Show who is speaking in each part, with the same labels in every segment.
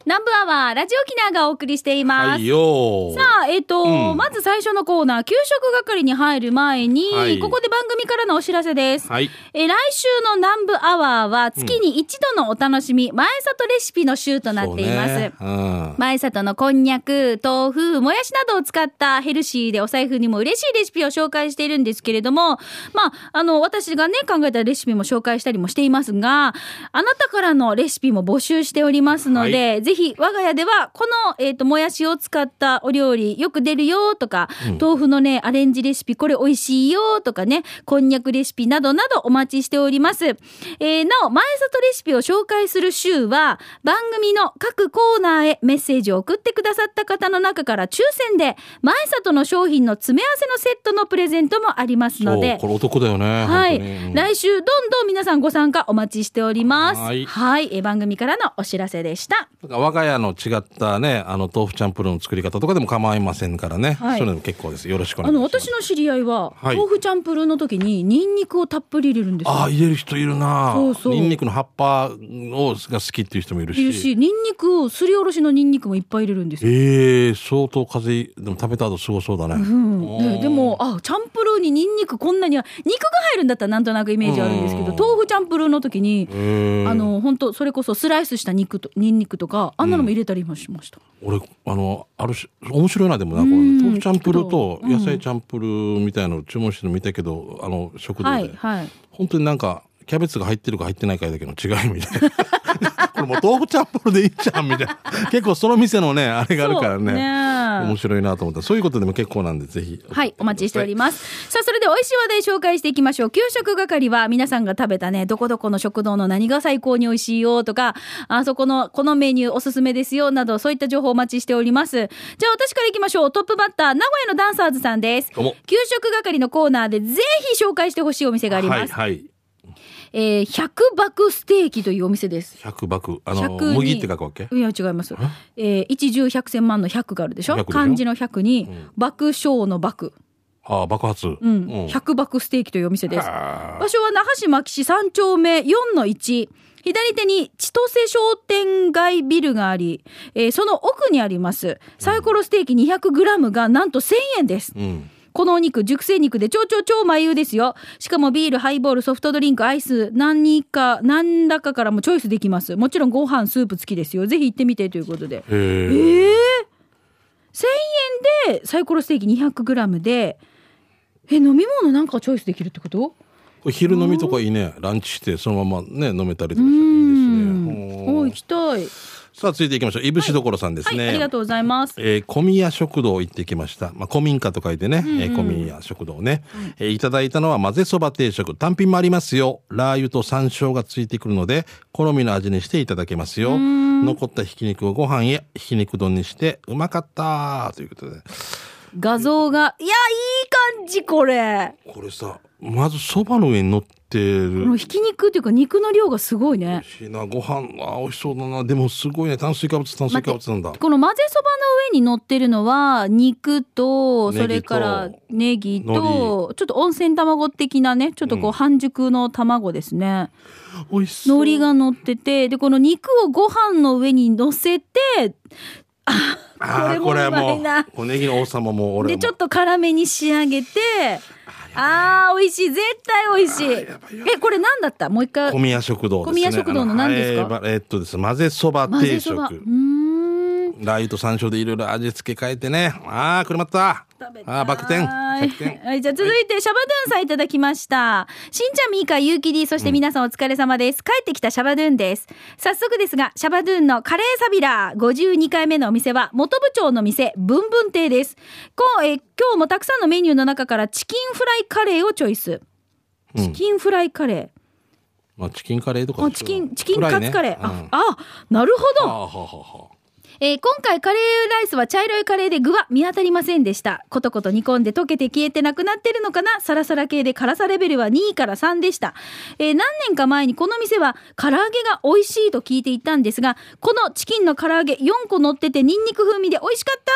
Speaker 1: 南部アワーラジオキナがお送りしています。
Speaker 2: はいよ。
Speaker 1: さあ、まず最初のコーナー、給食係に入る前に、ここで番組からのお知らせです。来週の南部アワーは月に一度のお楽しみ、前里レシピの週となっています。前里のこんにゃく、豆腐、もやしなどを使ったヘルシーでお財布にも嬉しいレシピを紹介しているんですけれども、私がね、考えたレシピも紹介したりもしていますが、あなたからのレシピも募集しておりますので、ぜひ我が家ではこの、もやしを使ったお料理よく出るよとか、豆腐のねアレンジレシピこれ美味しいよとかね、こんにゃくレシピなどなどお待ちしております。なお前里レシピを紹介する週は番組の各コーナーへメッセージを送ってくださった方の中から抽選で前里の商品の詰め合わせのセットのプレゼントもありますので、
Speaker 2: これお得だよね。
Speaker 1: はい、来週どんどん皆さんご参加お待ちしております。はい、番組からのお知らせでした。
Speaker 2: 我が家の違ったね、豆腐チャンプルーの作り方とかでも構いませんからね、それでも結構です。よろしくお願いします。
Speaker 1: 私の知り合いは、豆腐チャンプルーの時にニンニクをたっぷり入れるんですよ。
Speaker 2: 入れる人いるな。ニンニクの葉っぱが好きっていう人もいるし、
Speaker 1: ニンニクをすりおろしのニンニクもいっぱい入れるんですよ。
Speaker 2: 相当風邪でも食べた後すごそうだね。
Speaker 1: でもチャンプルーにニンニクこんなには肉が入るんだったらなんとなくイメージあるんですけど、豆腐チャンプルーの時に本当それこそスライスしたニンニクとかあんなのも入れたりもしました。
Speaker 2: 俺あるし面白いな。でも豆腐チャンプルーと野菜チャンプルーみたいなの注文してるの見たけど、食堂で、本当になんかキャベツが入ってるか入ってないかだけの違いみたいなこれもう豆腐チャンプルーでいいじゃんみたいな結構その店のねあれがあるからね、面白いなと思った。そういうことでも結構なんでぜひ
Speaker 1: お待ちしております。さあそれで美味しい話題紹介していきましょう。給食係は皆さんが食べたね、どこどこの食堂の何が最高に美味しいよとか、あそこのこのメニューおすすめですよなど、そういった情報をお待ちしております。じゃあ私からいきましょう。トップバッター名古屋のダンサーズさんです。給食係のコーナーでぜひ紹介してほしいお店があります。100爆ステーキというお店です。
Speaker 2: 100爆麦って書くわけ？
Speaker 1: いや違います。一十百千万の100があるでしょ。漢字の100に、爆笑の爆。
Speaker 2: 爆発。
Speaker 1: 100爆ステーキというお店です。場所は那覇市牧師3丁目 4-1。左手に千歳商店街ビルがあり、その奥にありますサイコロステーキ 200g がなんと1000円です。このお肉、熟成肉で超マイユーですよ。しかもビール、ハイボール、ソフトドリンク、アイス、何らかからもチョイスできます。もちろんご飯、スープ付きですよ。ぜひ行ってみてということで。1000円でサイコロステーキ 200g で、飲み物なんかチョイスできるってこと？
Speaker 2: 昼飲みとかいいね。ランチしてそのままね飲めたりとかしていいですね。
Speaker 1: 行きたい。
Speaker 2: さあ続いていきましょう。いぶしどころさんですね。
Speaker 1: ありがとうございます。
Speaker 2: 小宮食堂行ってきました。古民家と書いてね、小宮食堂ね、いただいたのは混ぜそば定食。単品もありますよ。ラー油と山椒がついてくるので好みの味にしていただけますよ。残ったひき肉をご飯やひき肉丼にしてうまかったということで、
Speaker 1: 画像がいい感じ。これ
Speaker 2: さ、まずそばの上に乗ってる
Speaker 1: このひき肉っていうか肉の量がすごいね。
Speaker 2: 美味しいな。ご飯美味しそうだな。でもすごいね。炭水化物なんだ。
Speaker 1: この混ぜそばの上に乗ってるのは肉とそれからネギとちょっと温泉卵的なね、ちょっとこう半熟の卵ですね。
Speaker 2: 美味しそう。
Speaker 1: 海苔が乗ってて、でこの肉をご飯の上に乗せて、これもうまいな。
Speaker 2: これネギの王様も俺も
Speaker 1: でちょっと辛めに仕上げて、美味しい。絶対美味しい。これ何だった？もう一回。
Speaker 2: 小宮食堂ですね。
Speaker 1: 小宮食堂の何ですか？
Speaker 2: です混ぜそば定食。ラー油と山椒でいろいろ味付け変えてね。くるまった。バク転。
Speaker 1: はい、じゃあ続いてシャバドゥンさんいただきました。しんちゃん、みーか、ゆうきり、そして皆さんお疲れ様です。帰ってきたシャバドゥンです。早速ですが、シャバドゥンのカレーサビラー52回目のお店は元部長の店ブンブン亭です。今日もたくさんのメニューの中からチキンフライカレーをチョイス。チキンフライカレー、
Speaker 2: チキンカレーとか
Speaker 1: チキンカツカレー、なるほど。 今回カレーライスは茶色いカレーで具は見当たりませんでした。コトコト煮込んで溶けて消えてなくなってるのかな。サラサラ系で辛さレベルは2位から3でした。何年か前にこの店は唐揚げが美味しいと聞いていたんですが、このチキンの唐揚げ4個乗っててニンニク風味で美味しかった。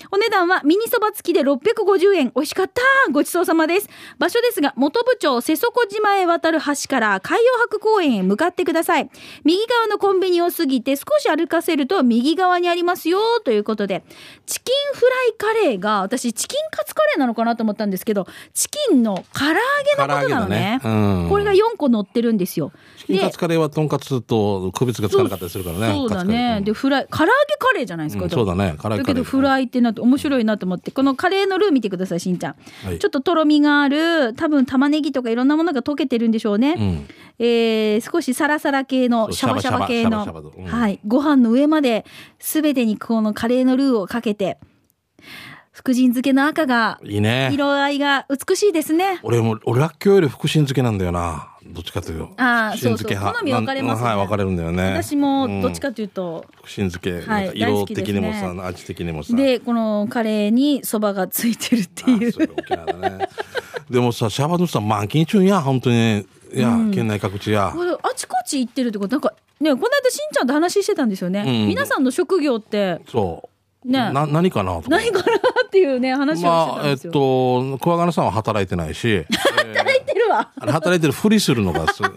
Speaker 1: お値段はミニそば付きで650円。美味しかった。ごちそうさまです。場所ですが本部町瀬底島へ渡る橋から海洋博公園へ向かってください。右側のコンビニを過ぎて少し歩かせると右側にありますよということで、チキンフライカレーが、私チキンカツカレーなのかなと思ったんですけど、チキンの唐揚げのことなのね。これが4個乗ってるんですよ。
Speaker 2: チキンカツカレーはトンカツと区別がつかなかったりするからね。
Speaker 1: そうだね。で唐揚げカレーじゃないですか。
Speaker 2: そうだね。
Speaker 1: だけどフライってなって面白いなと思って、このカレーのルー見てください、しんちゃん。ちょっととろみがある、多分玉ねぎとかいろんなものが溶けてるんでしょうね。少しサラサラ系のシャバシャバ系の、はい、ご飯の上まで全てにこのカレーのルーをかけて、福神漬けの赤がいいね。色合いが美しいですね。
Speaker 2: 俺らっきょうより福神漬けなんだよな。どっちかというと。
Speaker 1: そうそう。好み分かれますね。
Speaker 2: はい、分かれるんだよね。
Speaker 1: 私もどっちかというと、
Speaker 2: 福神漬け、色的にもさ、味的にもさ。
Speaker 1: で、このカレーにそばがついてるっていう。
Speaker 2: それ沖縄だね。でもさ、シャバドゥさん満勤中や、本当に。いや、県内各地や。
Speaker 1: あちこち行ってるってこと、なんかね、この間しんちゃんと話してたんですよね。皆さんの職業って。
Speaker 2: そう。ね。何かなとか。
Speaker 1: 何かなっていうね、話をしてたんですよ。
Speaker 2: 桑原さんは働いてないし。
Speaker 1: 働いてるわ。
Speaker 2: 働いてるふりするのがす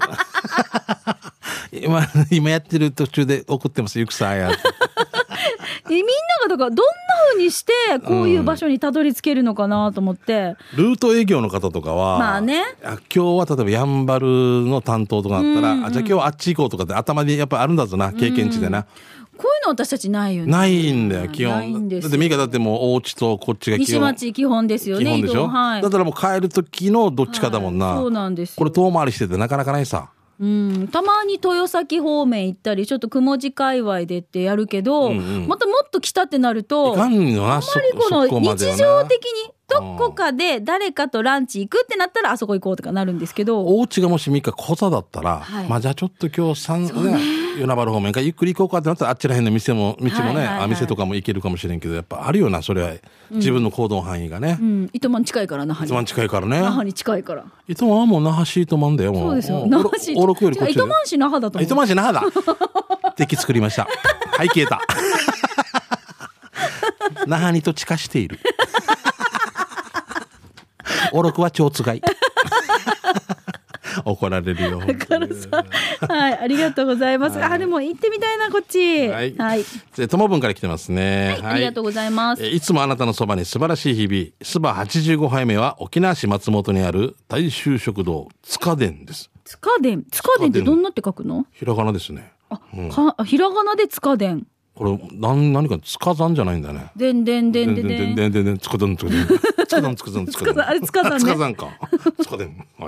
Speaker 2: 今やってる途中で送ってます、ゆくさや。
Speaker 1: みんながだからどんな風にしてこういう場所にたどり着けるのかなと思って、
Speaker 2: ルート営業の方とかは、
Speaker 1: まあね、
Speaker 2: 今日は例えばやんばるの担当とかだったら、じゃあ今日はあっち行こうとかって頭にやっぱあるんだぞな、経験値でな。
Speaker 1: こういうの私たちないよね。
Speaker 2: ないんだよ、基本。だってミカだってもうお家とこっちが
Speaker 1: 西町基本ですよね。
Speaker 2: 基本でしょ、
Speaker 1: はい、
Speaker 2: だからもう帰る時のどっちかだもんな。
Speaker 1: そうなんですよ。
Speaker 2: これ遠回りしててなかなかないさ。
Speaker 1: たまに豊崎方面行ったりちょっと雲地界隈でってやるけど、またもっと来たってなると、あんまりこの日常的にどこかで誰かとランチ行くってなったらあそこ行こうとかなるんですけど、
Speaker 2: お家がもし3日小座だったら、まあじゃあちょっと今日与那原方面からゆっくり行こうかってなったら、あっちらへんの道もね、店とかも行けるかもしれんけど、やっぱあるよな、それは自分の行動範囲がね。
Speaker 1: 糸満近いから、那覇に。
Speaker 2: 糸満近いからね。
Speaker 1: 那覇に近いから。
Speaker 2: 糸満はもう那覇市糸満だよ。もう
Speaker 1: そうですよ。那覇市。糸満市那覇だと思う。
Speaker 2: 糸満市那覇だ。敵作りました。はい、消えた。那覇にと地下している。おろくは蝶つがい。怒られるよ。
Speaker 1: だからさ、はい、ありがとうございます。でも行ってみたいな、こっち。はい。
Speaker 2: ともぶんから来てますね。
Speaker 1: ありがとうございます。
Speaker 2: いつもあなたのそばに素晴らしい日々。そば85杯目は沖縄市松本にある大衆食堂塚殿です。
Speaker 1: 塚殿ってどんなって書くの？
Speaker 2: ひらがなですね。
Speaker 1: ひらがなで塚殿。
Speaker 2: これ何か塚山じゃないんだね。
Speaker 1: でん塚山ね。
Speaker 2: あれ塚山か。塚殿。はい。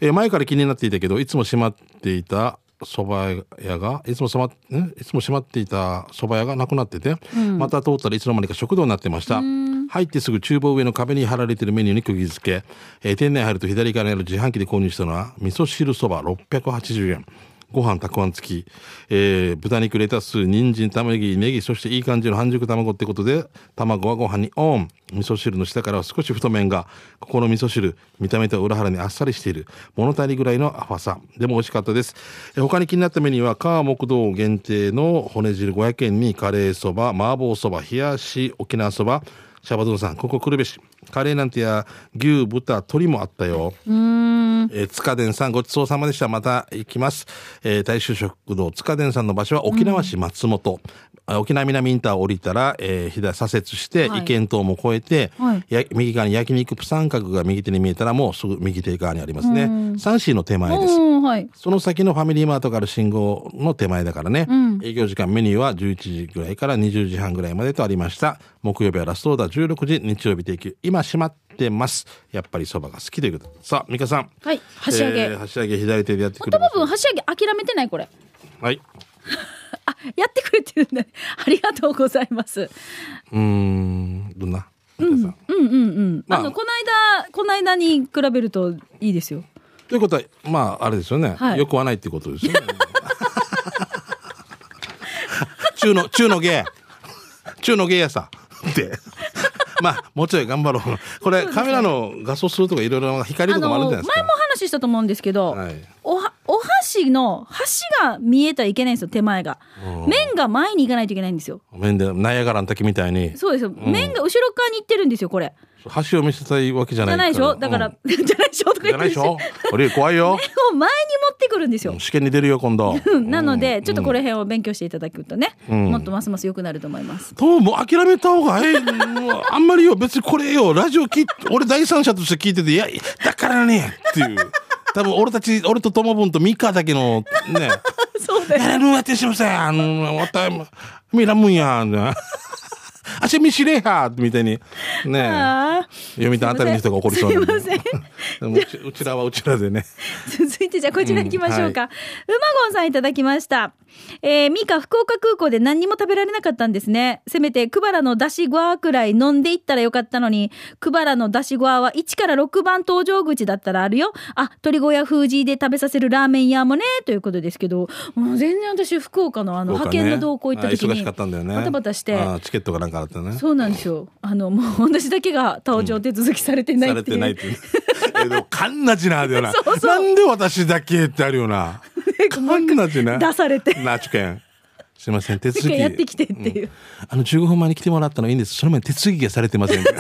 Speaker 2: 前から気になっていたけど、いつも閉まっていた蕎麦屋がいつも閉まっていた蕎麦屋がなくなってて、また通ったらいつの間にか食堂になってました。入ってすぐ厨房上の壁に貼られているメニューに釘付け、店内入ると左側にある自販機で購入したのは味噌汁そば680円。ご飯たくあん付き、豚肉レタス人参玉ねぎネギ、そしていい感じの半熟卵ってことで、卵はご飯にオン。味噌汁の下からは少し太麺が、ここの味噌汁見た目とは裏腹にあっさりしている物足りぐらいの甘さでも美味しかったです。他に気になったメニューは川木道限定の骨汁500円にカレーそば、麻婆そば、冷やし沖縄そば、シャバドゥンさんここ来るべし。カレーなんてや牛豚鶏もあったよ。塚殿さんごちそうさまでした。また行きます。大衆食堂塚殿さんの場所は沖縄市松本、沖縄南インターを降りたら、左左折して、意見島も越えて、右側に焼肉プサン閣が右手に見えたらもうすぐ右手側にありますね。サンシーの手前です。その先のファミリーマートがある信号の手前だからね。営業時間メニューは11時ぐらいから20時半ぐらいまでとありました。木曜日はラストオーダー16時、日曜日定休今閉まってます。やっぱりそばが好きということ。さあ美香さん、
Speaker 1: はい、箸上げ、
Speaker 2: 箸上げ左手でやってくれます。
Speaker 1: 多分箸上げ諦めてないこれ。
Speaker 2: はい
Speaker 1: やってくれてるんでありがとうございます。
Speaker 2: どんな
Speaker 1: この間に比べるといいですよ。
Speaker 2: ということはまああれですよね、よくはないってことですよね。中の芸中の芸やさってまあもうちょい頑張ろう。これ、カメラの画素数とかいろいろ光とかもあるんじゃないですか。
Speaker 1: 前も話したと思うんですけど、はい、お箸の端が見えたらいけないんですよ、手前が。面が前に行かないといけないんですよ。
Speaker 2: 面でナイアガラの滝みたいに。
Speaker 1: そうですよ、面が後ろ側に行ってるんですよ、これ。
Speaker 2: 箸を見せたいわけじゃないから。
Speaker 1: じゃないでしょ、だから、じゃないでしょとか言って。じゃないでしょ、俺怖いよ。面を前に持ってくるんですよ。
Speaker 2: 試験に出るよ今度。
Speaker 1: なのでちょっとこれ辺を勉強していただくとね、もっとますます良くなると思います。
Speaker 2: もう諦めた方があんまりよ、別にこれよ、ラジオ俺第三者として聞いてて、いやだからねっていう。多分俺とともぶんとミカだけのね。
Speaker 1: そうだよ。
Speaker 2: やるわってしません。わた見らむんや。足見知れやみたいにね、読みたあたりの人が怒りそうなんで。すいません。うちらはうちらでね。
Speaker 1: 続いてじゃあこちら行きましょうか。うまごんさんいただきました。ミカ福岡空港で何にも食べられなかったんですね。せめてクバラのだしごわくらい飲んでいったらよかったのに、クバラのだしごわは1から6番搭乗口だったらあるよ。あ、鳥小屋風じで食べさせるラーメン屋もねということですけど、もう全然私福岡の派遣の同行行った時に
Speaker 2: 忙しかったんだよね。
Speaker 1: バタバタして、
Speaker 2: チケットがなんかあったね。
Speaker 1: そうなんですよ。もう私だけが搭乗手続きされてないっていう、
Speaker 2: されてないってでもカンナチなあるよな。そうそう、なんで私だけってあるよな。カンナチな
Speaker 1: 出されて
Speaker 2: ナチケンすいません手続き
Speaker 1: やってきてっていう、
Speaker 2: 15分前に来てもらったのいいんです。その前に手続きがされてませんそう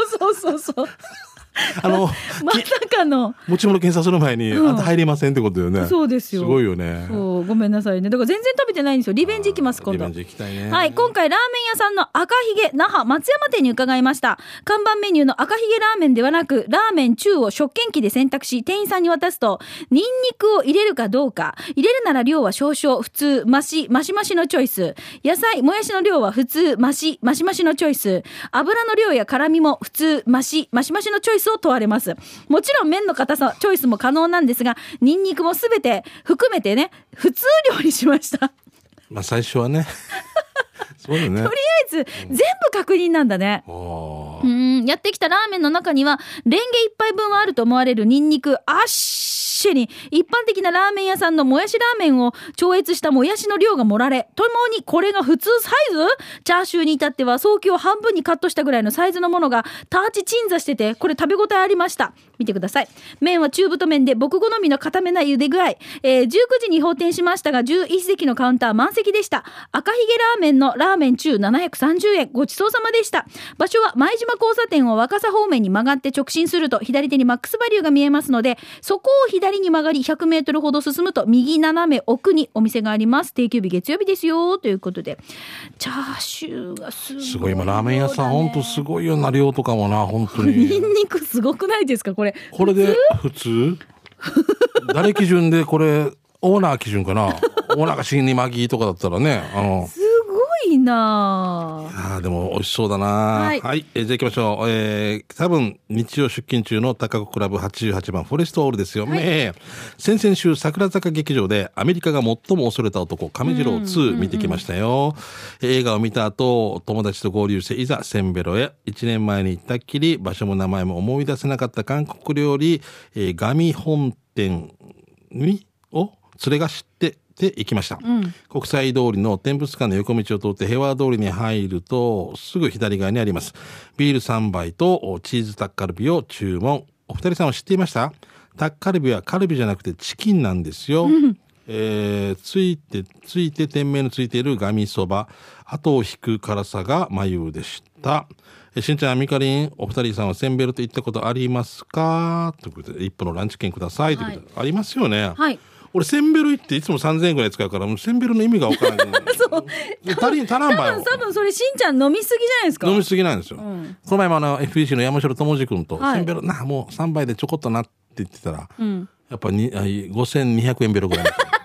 Speaker 1: まさかの
Speaker 2: 持ち物検査する前に、あんた入れませんってことよね。
Speaker 1: そうですよ。
Speaker 2: すごいよね。
Speaker 1: そう、ごめんなさいね。だから全然食べてないんですよ。リベンジ行きます今度。
Speaker 2: リベンジ行きたいね。
Speaker 1: はい、今回ラーメン屋さんの赤ひげ那覇松山店に伺いました。看板メニューの赤ひげラーメンではなく、ラーメン中を食券機で選択し店員さんに渡すと、ニンニクを入れるかどうか、入れるなら量は少々、普通マシマシのチョイス、野菜もやしの量は普通マシマシのチョイス、油の量や辛みも普通マシマシのチョイスを問われます。もちろん麺の硬さチョイスも可能なんですが、ニンニクもすべて含めてね、普通量にしました
Speaker 2: まあ最初はねそうだね。
Speaker 1: とりあえず、全部確認なんだね。やってきたラーメンの中にはレンゲ一杯分はあると思われるニンニクアッシェに、一般的なラーメン屋さんのもやしラーメンを超越したもやしの量が盛られ、ともにこれが普通サイズ。チャーシューに至っては早期を半分にカットしたぐらいのサイズのものがターチ鎮座してて、これ食べ応えありました。見てください。麺は中太麺で僕好みの固めな茹で具合、19時に閉店しましたが11席のカウンター満席でした。赤ひげラーメンのラーメン中730円、ごちそうさまでした。場所は前島交差点を若狭方面に曲がって直進すると左手にマックスバリューが見えますので、そこを左に曲がり100メートルほど進むと右斜め奥にお店があります。定休日月曜日ですよということで、チャーシューがすごい、
Speaker 2: 今ラーメン屋さん本当すごいよな。量とかもな、本当に
Speaker 1: ニンニクすごくないですかこれ。
Speaker 2: これで普通誰基準で、これオーナー基準かなオーナーが死にマギーとかだったらね、
Speaker 1: すごいな
Speaker 2: あ。でも美味しそうだな。はい、じゃあ行きましょう。多分日曜出勤中の高子クラブ88番フォレストオールですよ、先々週桜坂劇場でアメリカが最も恐れた男亀次郎2見てきましたよ。映画を見た後友達と合流していざセンベロへ。1年前に行ったっきり場所も名前も思い出せなかった韓国料理、ガミ本店を連れが知って行きました、国際通りの天物館の横道を通って平和通りに入るとすぐ左側にあります。ビール3杯とチーズタッカルビを注文。お二人さんは知っていました？タッカルビはカルビじゃなくてチキンなんですよ、ついて店名のついているガミそば、後を引く辛さが眉でした。しんちゃん、みかりん、お二人さんはセンベロと行ったことありますかということで、一歩のランチ券くださいということで、ありますよね。
Speaker 1: はい。
Speaker 2: 俺センベロ行っていつも3000円ぐらい使うから、もうセンベロの意味が分からないそう足らんばよ。
Speaker 1: 多分それしんちゃん飲みすぎじゃないですか。
Speaker 2: 飲みすぎなんですよ、この前もFBC の山城智司君と、センベロもう3杯でちょこっとなって言ってたら、やっぱり5200円ベロぐらい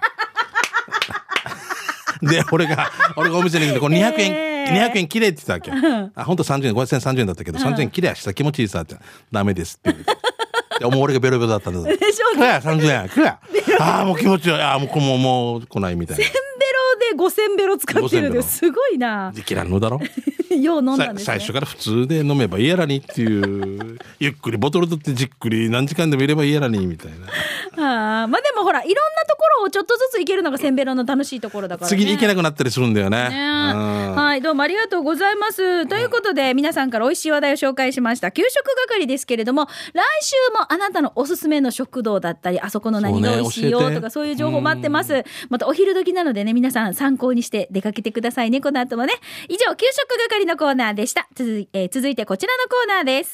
Speaker 2: で俺がお店に行ってこれ200円切れって言ったわけ本当30円5030円だったけど、30円切れやした気持ちいいさってダメですってもう俺がベロベロだったんだ
Speaker 1: でしょうね。
Speaker 2: 30円くれもう気持ちいい。もう来ないみたいな。
Speaker 1: 1000ベロで5000ベロ使ってるんですごいな。
Speaker 2: 時期らんのだろ
Speaker 1: よう飲んだんですね。
Speaker 2: 最初から普通で飲めばいいやらにっていうゆっくりボトル取ってじっくり何時間でもいればいいやらにみたいな。
Speaker 1: まあでもほらいろんなところをちょっとずつ行けるのがせんべろの楽しいところだからね。
Speaker 2: 次に行けなくなったりするんだよね。
Speaker 1: はい、どうもありがとうございます。ということで皆さんから美味しい話題を紹介しました給食係ですけれども、来週もあなたのおすすめの食堂だったりあそこの何が美味しいよとかそういう情報待ってます。またお昼時なのでね、皆さん参考にして出かけてくださいね。この後もね。以上給食係のコーナーでした。続いてこちらのコーナーです。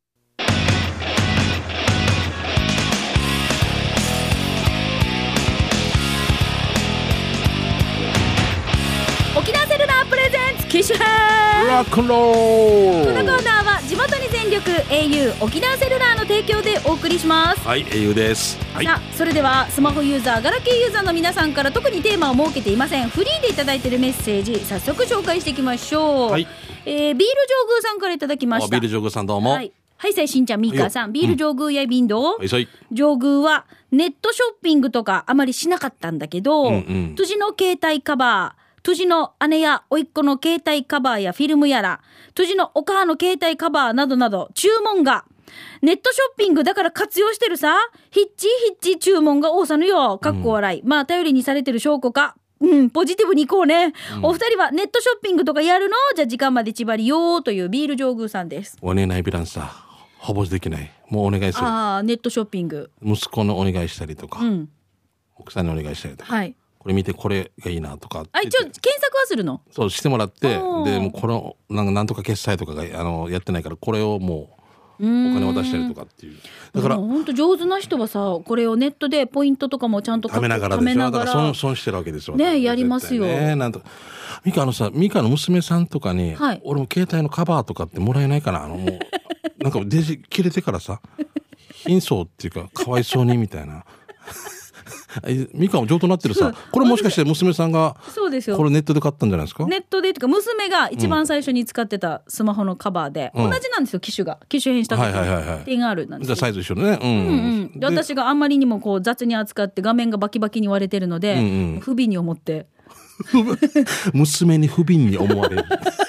Speaker 1: 沖縄セルラープレゼンツ機種編
Speaker 2: ロックンロール。
Speaker 1: このコーナーは地元に全力 au 沖縄セルラーの提供でお送りします。
Speaker 2: はい、au です。はい、
Speaker 1: さあそれではスマホユーザーガラケーユーザーの皆さんから特にテーマを設けていませんフリーでいただいているメッセージ早速紹介していきましょう。はい、ビール上宮さんからいただきました。
Speaker 2: ビール上宮さんどうも。はい、
Speaker 1: はい、さいしんちゃんみーかさん、ビール上宮やビンド、上宮はネットショッピングとかあまりしなかったんだけど、辻の携帯カバー、辻の姉や甥っ子の携帯カバーやフィルムやら、辻のお母の携帯カバーなどなど注文がネットショッピングだから活用してるさ。ヒッチ注文が多さぬよ。かっこ笑い。まあ頼りにされてる証拠か。ポジティブに行こうね。お二人はネットショッピングとかやるの？じゃあ時間まで縛りよというビール上宮さんです。
Speaker 2: おねないビランさ。ほぼできない。もうお願いする。
Speaker 1: ネットショッピング。
Speaker 2: 息子のお願いしたりとか、奥さんにお願いしたりとか。はい。これ見てこれがいいなとか
Speaker 1: 一応検索はするの？
Speaker 2: そうしてもらってでもうこのなんとか決済とかがやってないからこれをもうお金渡したりとかっていう。だから
Speaker 1: 本当上手な人はさこれをネットでポイントとかもちゃんと
Speaker 2: 貯めながらでしょ。だから損してるわけですよ
Speaker 1: ね。やりますよね。
Speaker 2: なんとミカの娘さんとかに、はい、俺も携帯のカバーとかってもらえないかな。もうなんかデジ切れてからさ貧相っていうかかわいそうにみたいなミカも上等になってるさ。これもしかして娘さんがそうですよ。これネットで買ったんじゃないですか？
Speaker 1: ネットでというか娘が一番最初に使ってたスマホのカバーで、同じなんですよ。機種変した時10R なんですよ。
Speaker 2: じゃあサイズ一緒ね。
Speaker 1: で私があんまりにもこう雑に扱って画面がバキバキに割れてるので、不憫に思って
Speaker 2: 娘に不憫に思われる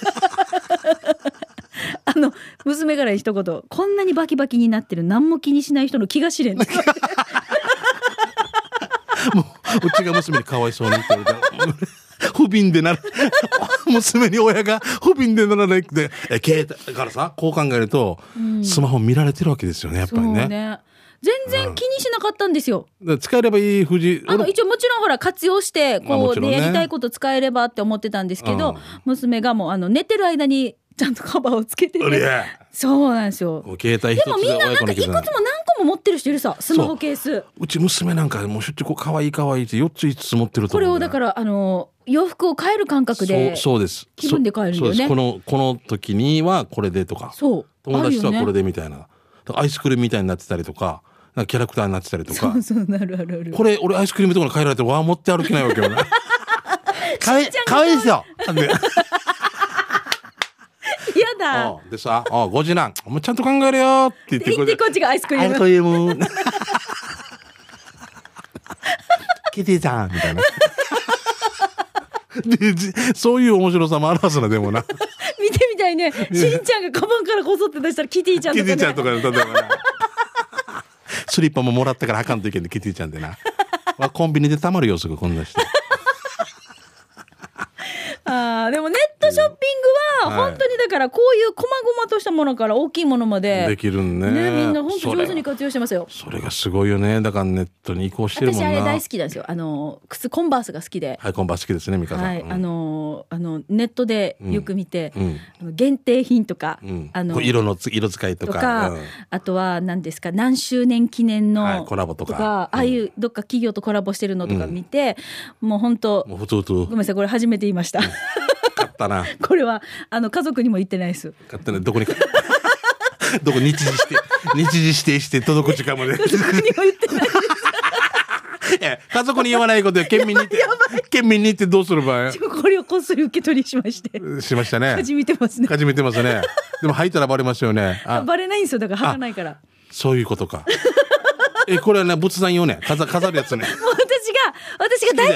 Speaker 1: 娘から一言こんなにバキバキになってる何も気にしない人の気が知れん
Speaker 2: もううちが娘にかわいそうにって言われて不憫でなる娘に親が不憫でならないって携帯からさこう考えると、スマホ見られてるわけですよねやっぱりね。
Speaker 1: 全然気にしなかったんですよ。
Speaker 2: 使えればいい一応
Speaker 1: もちろんほら活用してこうでやりたいこと使えればって思ってたんですけど、娘がもう寝てる間にちゃんとカバーをつけてて、そうなんですよ。
Speaker 2: 携帯一つ
Speaker 1: でもみんななんかいくつも何個も持ってる人いるさスマホケース。
Speaker 2: うち娘なんかもうしょっちゅうかわいいって4つ5つ持ってると思う。
Speaker 1: これをだから洋服を変える感覚で
Speaker 2: そうです
Speaker 1: 気分で変えるんだよね。
Speaker 2: この時にはこれでとか友達とはこれでみたいな、アイスクリームみたいになってたりとかキャラクターになってたりとか。
Speaker 1: そうなるあるある。
Speaker 2: これ俺アイスクリームとかに変えられて持って歩けないわけよねかわいいですよ
Speaker 1: やだ
Speaker 2: でさ5時なんお前ちゃんと考えるよって言って
Speaker 1: こっちがアイスクリーム
Speaker 2: アイスクリームキティちゃんみたいなでそういう面白さもあるはずな。でもな
Speaker 1: 見てみたいね。しんちゃんがカバンからこそって出したらキティちゃんとか、ね、
Speaker 2: キティちゃんとか例えばなスリッパももらったから履かんといけんでキティちゃんでなコンビニでたまるよすぐこんなして
Speaker 1: でもネットショッピングは本当にだからこういう細々としたものから大きいものまで
Speaker 2: できるね。
Speaker 1: みんな本当上手に活用してますよ。
Speaker 2: それがすごいよね。だからネットに移行してるもんな。
Speaker 1: 私あれ大好きなんですよ。靴コンバースが好きで。
Speaker 2: はい、コンバース好きですね、ミカさん。はい、
Speaker 1: ネットでよく見て、限定品とか、
Speaker 2: 色使いとか、
Speaker 1: あとは何ですか何周年記念の、
Speaker 2: コラボとか、
Speaker 1: ああいうどっか企業とコラボしてるのとか見て、もう本当
Speaker 2: もう普通
Speaker 1: ごめんなさいこれ初めて言いました。
Speaker 2: 買ったな。
Speaker 1: これは家族にも言ってないです。
Speaker 2: 買ってねどこ日時指定して届く時間まで。
Speaker 1: 家族にも言ってないです。
Speaker 2: 家族に言わないことで県民に言ってどうする場合？
Speaker 1: これをこっそり受け取りしまして。
Speaker 2: しましたね。
Speaker 1: 始めてますね。
Speaker 2: でも履いたらバレますよね。
Speaker 1: バレないんですよだから履かないから。
Speaker 2: そういうことか。これはね仏壇用ね飾るやつね。
Speaker 1: 私が大好きで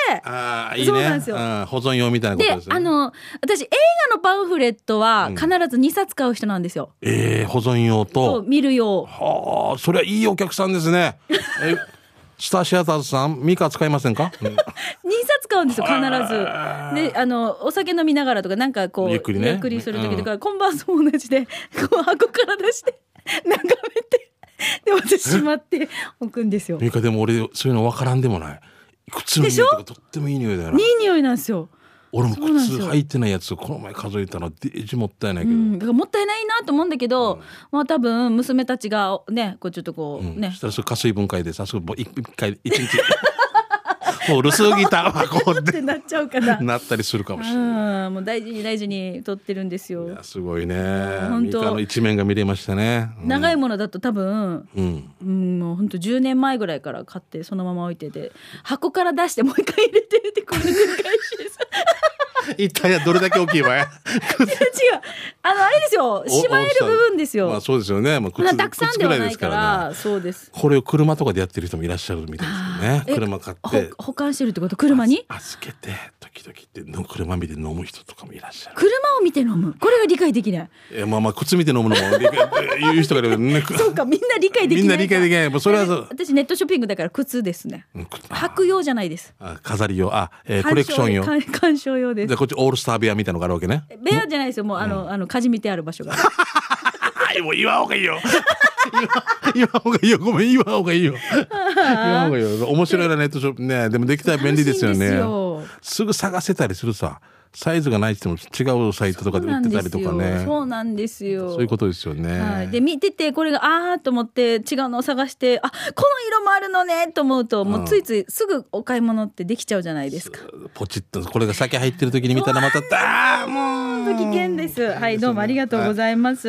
Speaker 2: ああ、いいね。
Speaker 1: そうなんですよ。
Speaker 2: 保存用みたいなことですね。
Speaker 1: で、私映画のパンフレットは必ず2冊買う人なんですよ。
Speaker 2: 保存用と
Speaker 1: 見る用。
Speaker 2: はあ、それはいいお客さんですね。スターシアターズさん、ミカ使いませんか？2
Speaker 1: 冊買うんですよ、必ず。で、お酒飲みながらとか、なんかこう、
Speaker 2: ゆっくりね、
Speaker 1: ゆっくりする時とか、コンバースも同じで、こう箱から出して、眺めて、で、私しまって置くんですよ。
Speaker 2: ミカ、でも俺、そういうの分からんでもない。靴の匂いとかとってもいい匂いだよな。
Speaker 1: いい匂いなんですよ。
Speaker 2: 俺も靴履いてないやつこの前数えたらデージもったいないけど、
Speaker 1: だからもったいないなと思うんだけど、まあ多分娘たちがね、こうちょっとこうね、
Speaker 2: したらそれ加水分解でさ、そこ一回一日もう留守ギターはこう
Speaker 1: ってなっちゃうかな
Speaker 2: なったりするかもしれない。
Speaker 1: もう大事に大事に撮ってるんですよ。
Speaker 2: いやすごいね。ミカの一面が見れましたね。
Speaker 1: 長いものだと多分、もう本当10年前ぐらいから買ってそのまま置いてて、箱から出してもう一回入れてってこれ繰り返しです。
Speaker 2: 一体どれだけ大きいわや。
Speaker 1: 違う、あれですよ、しまえる部分ですよ。
Speaker 2: まあそうですよね。まあ
Speaker 1: たくさんではないから、そうです。
Speaker 2: これを車とかでやってる人もいらっしゃるみたいですよね。車買って
Speaker 1: 保管してるってこと、車に
Speaker 2: 預けて時々って車見て飲む人とかもいらっしゃる。
Speaker 1: 車を見て飲む、これが理解できない。
Speaker 2: まあ靴見て飲むのも言う人がいるね。
Speaker 1: そうか、みんな理解できない。
Speaker 2: みんな理解できない。それは
Speaker 1: 私ネットショッピングだから靴ですね。履く用じゃないです。
Speaker 2: 飾り用、コレクション用、
Speaker 1: 鑑賞用です。
Speaker 2: こっちオールスター部屋みたいなのがあるわけね。
Speaker 1: 部屋じゃないですよ、もうかじみてある場所が。
Speaker 2: もう言わんほうがいいよ。言わんほうがいいよ。ごめん、言わんほうがいいよ。言わんほうがいいよ。面白いなネットショップね。でもできたら便利ですよね。すぐ探せたりするさ。サイズがないって言っても違うサイトとかで売ってたりとかね。
Speaker 1: そうなんですよ。
Speaker 2: そういうことですよね。
Speaker 1: で見ててこれがと思って違うのを探して、この色もあるのねと思うと、もうついついすぐお買い物ってできちゃうじゃないですか。
Speaker 2: ポチッとこれが先入ってる時に見たらまた
Speaker 1: もう危険です。はい、どうもありがとうございます。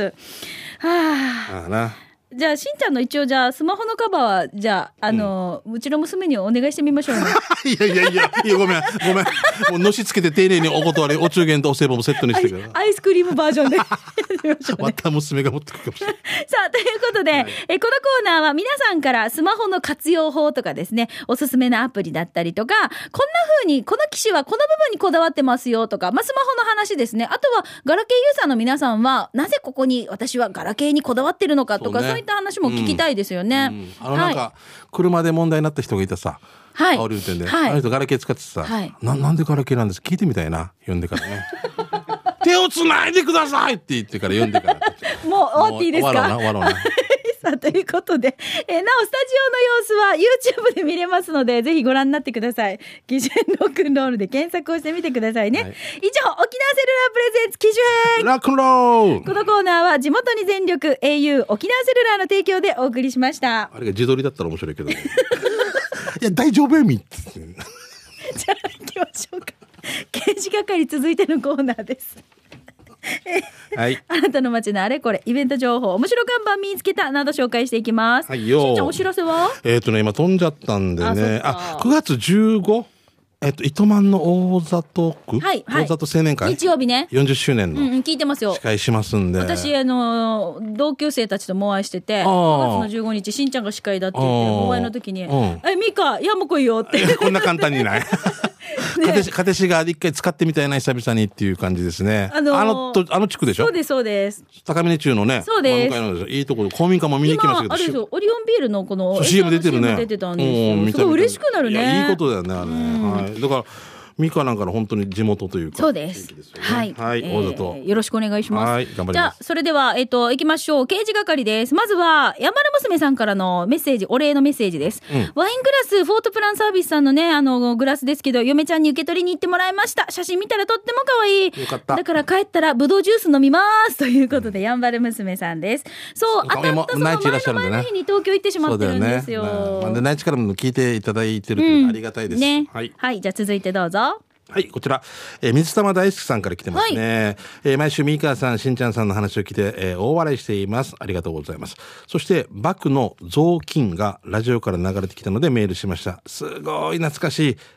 Speaker 1: じゃあしんちゃんの一応じゃあスマホのカバーはじゃあうちの娘にお願いしてみましょうね。
Speaker 2: いやごめんもうのしつけて丁寧にお断り、お中元とお歳暮もセットにしてください。
Speaker 1: アイスクリームバージョンで
Speaker 2: また娘が持ってくるかもしれない。
Speaker 1: さあということで、このコーナーは皆さんからスマホの活用法とかですね、おすすめのアプリだったりとか、こんな風にこの機種はこの部分にこだわってますよとか、スマホの話ですね。あとはガラケーユーザーの皆さんはなぜここに私はガラケーにこだわってるのかとか、そういった話も聞きたいですよね。
Speaker 2: なんか車で問題になった人がいたさ、煽り運転で、あの人ガラケー使ってさ、なんでガラケーなんです聞いてみたいな、呼んでからね。手をつないでくださいって言ってから呼んでから。
Speaker 1: もう終わっていいですか？
Speaker 2: 終わろうな。
Speaker 1: さあということで、なおスタジオの様子は YouTube で見れますので、ぜひご覧になってください。機種編ロックンロールで検索をしてみてくださいね。以上、沖縄セルラープレゼンツ機種編
Speaker 2: ロックンロール。
Speaker 1: このコーナーは地元に全力 au 沖縄セルラーの提供でお送りしました。
Speaker 2: あれが自撮りだったら面白いけど、いや大丈夫やみって。
Speaker 1: じゃあ行きましょうか。刑事係続いてのコーナーです。はい、あなたの街のあれこれイベント情報、面白看板見つけたなど紹介していきます。
Speaker 2: はいよ。
Speaker 1: しんちゃんお知らせは
Speaker 2: 今飛んじゃったんでね、9月15糸満の大里区、大里青年会、
Speaker 1: 日曜日ね、
Speaker 2: 40周年の
Speaker 1: 聞いてますよ。
Speaker 2: 司会しますんで、
Speaker 1: 私同級生たちともお会いしてて、9月の15日しんちゃんが司会だって言ってお会いの時にミカいやもう来いよって
Speaker 2: こんな簡単にない彼氏が一回使ってみたいな久々にっていう感じですね。あの地区でしょ。
Speaker 1: そうですそうです。
Speaker 2: 高峰中のね。
Speaker 1: そうです。
Speaker 2: いいところ、公民館も見に行きましたけど。
Speaker 1: あれですよ、オリオンビールのこの
Speaker 2: CM 出てるね。
Speaker 1: 出てたんですよ。すごい嬉しくなるね。
Speaker 2: いいことだよねあれね。はい。だからミカなんかの本当に地元というか。
Speaker 1: そうです。はい。
Speaker 2: はい。大里。
Speaker 1: よろしくお願いします。
Speaker 2: はい。頑張ります。
Speaker 1: じゃあそれでは行きましょう。刑事係です。まずは山田娘さんからのメッセージ、お礼のメッセージです。ワイングラスフォートプランサービスさんのねグラスですけど、嫁ちゃんに受け取りに行ってもらいました。写真見たらとっても可愛い。
Speaker 2: よかった。
Speaker 1: だから帰ったらブドウジュース飲みますということで、やんばる娘さんです。そう、当たったその前の日に東京行ってしまってるんですよ。
Speaker 2: で内地からも聞いていただいてるというありがたいです。
Speaker 1: ね。はい。じゃあ続いてどうぞ。
Speaker 2: はい、こちら、水玉大好きさんから来てますね。毎週ミカさん、しんちゃんさんの話を聞いて、大笑いしています。ありがとうございます。そして、バクの雑巾がラジオから流れてきたのでメールしました。すごい懐かしい。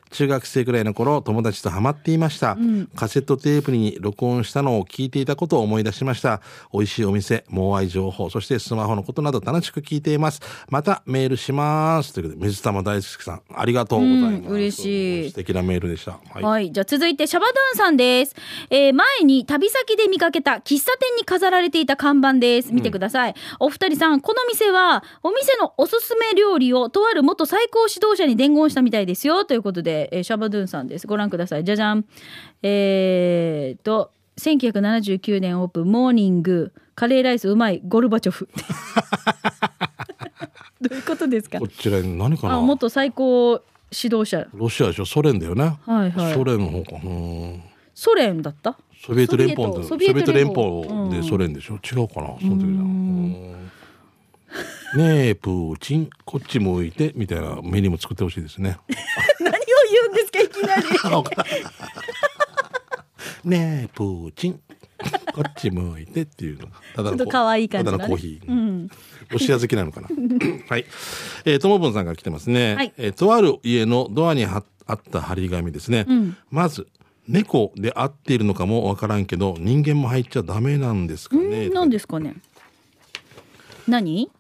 Speaker 2: 中学生くらいの頃友達とハマっていました、カセットテープに録音したのを聞いていたことを思い出しました。美味しいお店、モアイ情報、そしてスマホのことなど楽しく聞いています。またメールしますということで、水玉大好きさんありがとうございます。
Speaker 1: 嬉しい、
Speaker 2: 素敵なメールでした。
Speaker 1: はい、じゃあ続いてシャバドゥンさんです。前に旅先で見かけた喫茶店に飾られていた看板です。見てください、お二人さん、この店はお店のおすすめ料理をとある元最高指導者に伝言したみたいですよということで、シャバドゥンさんです。ご覧ください。じゃじゃん。1979年オープン、モーニングカレーライスうまいゴルバチョフどういうことですか。
Speaker 2: こちらに何かな。
Speaker 1: 元最高指導者、
Speaker 2: ロシアでしょ、ソ連だよね。
Speaker 1: はいはい、
Speaker 2: ソ連の方か。
Speaker 1: ソ連だった。
Speaker 2: ソビエト連邦でソ連でしょ、違うかな。その時だ。ねえプーチンこっち向いてみたいなメニューも作ってほしいですね
Speaker 1: 何を言うんですかいきなり
Speaker 2: ねえプーチンこっち向いてっていうのがただの
Speaker 1: 可愛い感じ
Speaker 2: ただのコーヒー、ロシア好きなのかなはい、ともぶんさんが来てますね、はい、とある家のドアにあった張り紙ですね、まず猫で合っているのかもわからんけど人間も入っちゃダメなんですかね。
Speaker 1: 何ですかね。何？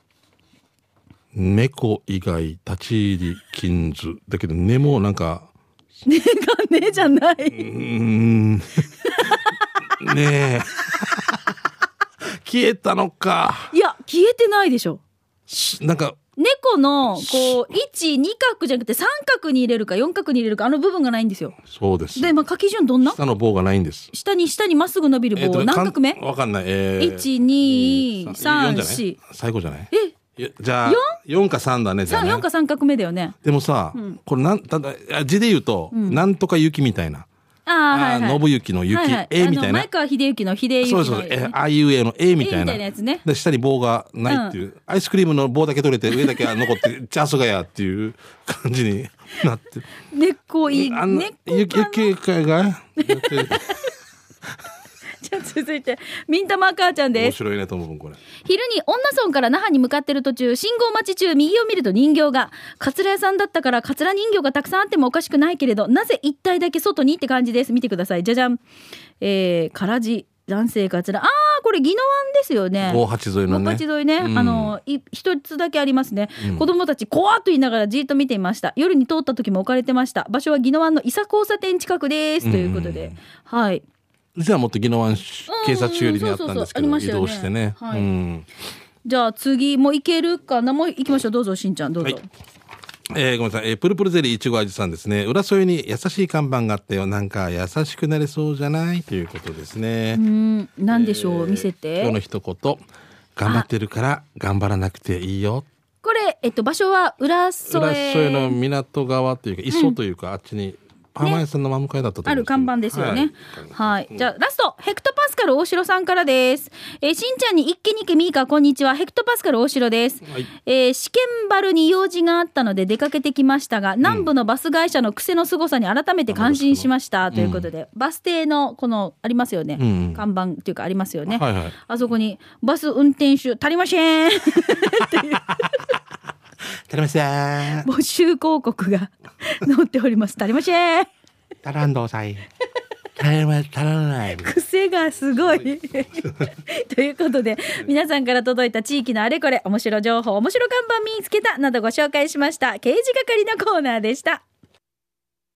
Speaker 2: 猫以外立ち入り禁止だけど根もなんか
Speaker 1: 根が根じゃない
Speaker 2: ねえ消えたのか。
Speaker 1: いや消えてないでしょ。
Speaker 2: なんか
Speaker 1: 猫のこう1、2画じゃなくて3画に入れるか4画に入れるか、あの部分がないんですよ。
Speaker 2: そうです。
Speaker 1: で、書き順どんな？
Speaker 2: 下の棒がないんです。
Speaker 1: 下にまっすぐ伸びる棒、何画目？
Speaker 2: わかんない。
Speaker 1: 1、2、3、4。
Speaker 2: 最後じゃない？じゃあ 4か3だね。じゃあね。
Speaker 1: 4か3画目だよね。
Speaker 2: でもさ、これただ字で言うと、なんとか雪みたいな。信行の雪、みたいな。
Speaker 1: 前川秀幸の秀幸の。そう
Speaker 2: あいうえのみたいな。
Speaker 1: みたいなやつね。
Speaker 2: で下に棒がないっていう、アイスクリームの棒だけ取れて上だけ残ってチャースガヤっていう感じになって。
Speaker 1: 猫いい。
Speaker 2: 雪が。
Speaker 1: じゃあ続いてミンタマー母ちゃんです。
Speaker 2: 面白いねと思うこれ。
Speaker 1: 昼に恩納村から那覇に向かってる途中、信号待ち中右を見ると人形が、カツラ屋さんだったからカツラ人形がたくさんあってもおかしくないけれど、なぜ一体だけ外にって感じです。見てください。じゃじゃん。唐地男性カツラ、これ宜野湾ですよね。
Speaker 2: 58沿いのね。
Speaker 1: 58沿いね、一つだけありますね、子供たち怖っと言いながらじっと見ていました。夜に通った時も置かれてました。場所は宜野湾の伊佐交差点近くです、ということで、はい。
Speaker 2: じゃあもっと宜野湾警察署寄りにあったんですけど、移動してね、
Speaker 1: はい、じゃあ次もう行けるかな。もう行きましょう。どうぞしんちゃんどうぞ。
Speaker 2: ごめんなさい、プルプルゼリーいちご味さんですね。浦添に優しい看板があったよ。なんか優しくなれそうじゃないということですね。
Speaker 1: なんでしょう、見せて。
Speaker 2: 今日の一言、頑張ってるから頑張らなくていいよ。
Speaker 1: これ、場所は浦添
Speaker 2: の港側というか磯というか、あっちにパーマ屋さんの真向かいだったと思
Speaker 1: ある看板ですよね。はい。じゃあラストヘクトパスカル大城さんからです。しんちゃんに一気にけみーかこんにちは。ヘクトパスカル大城です。試験バルに用事があったので出かけてきましたが、南部のバス会社の癖の凄さに改めて感心しました、ということで、バス停のこのありますよね、看板っていうかありますよね、あそこにバス運転手足りませんっていう
Speaker 2: 足りません。
Speaker 1: 募集広告が載っております。足りません。
Speaker 2: 足らんどうさい。足らない。
Speaker 1: 癖がすごい。ということで、皆さんから届いた地域のあれこれ、面白情報、面白看板見つけたなどご紹介しました。刑事係のコーナーでした。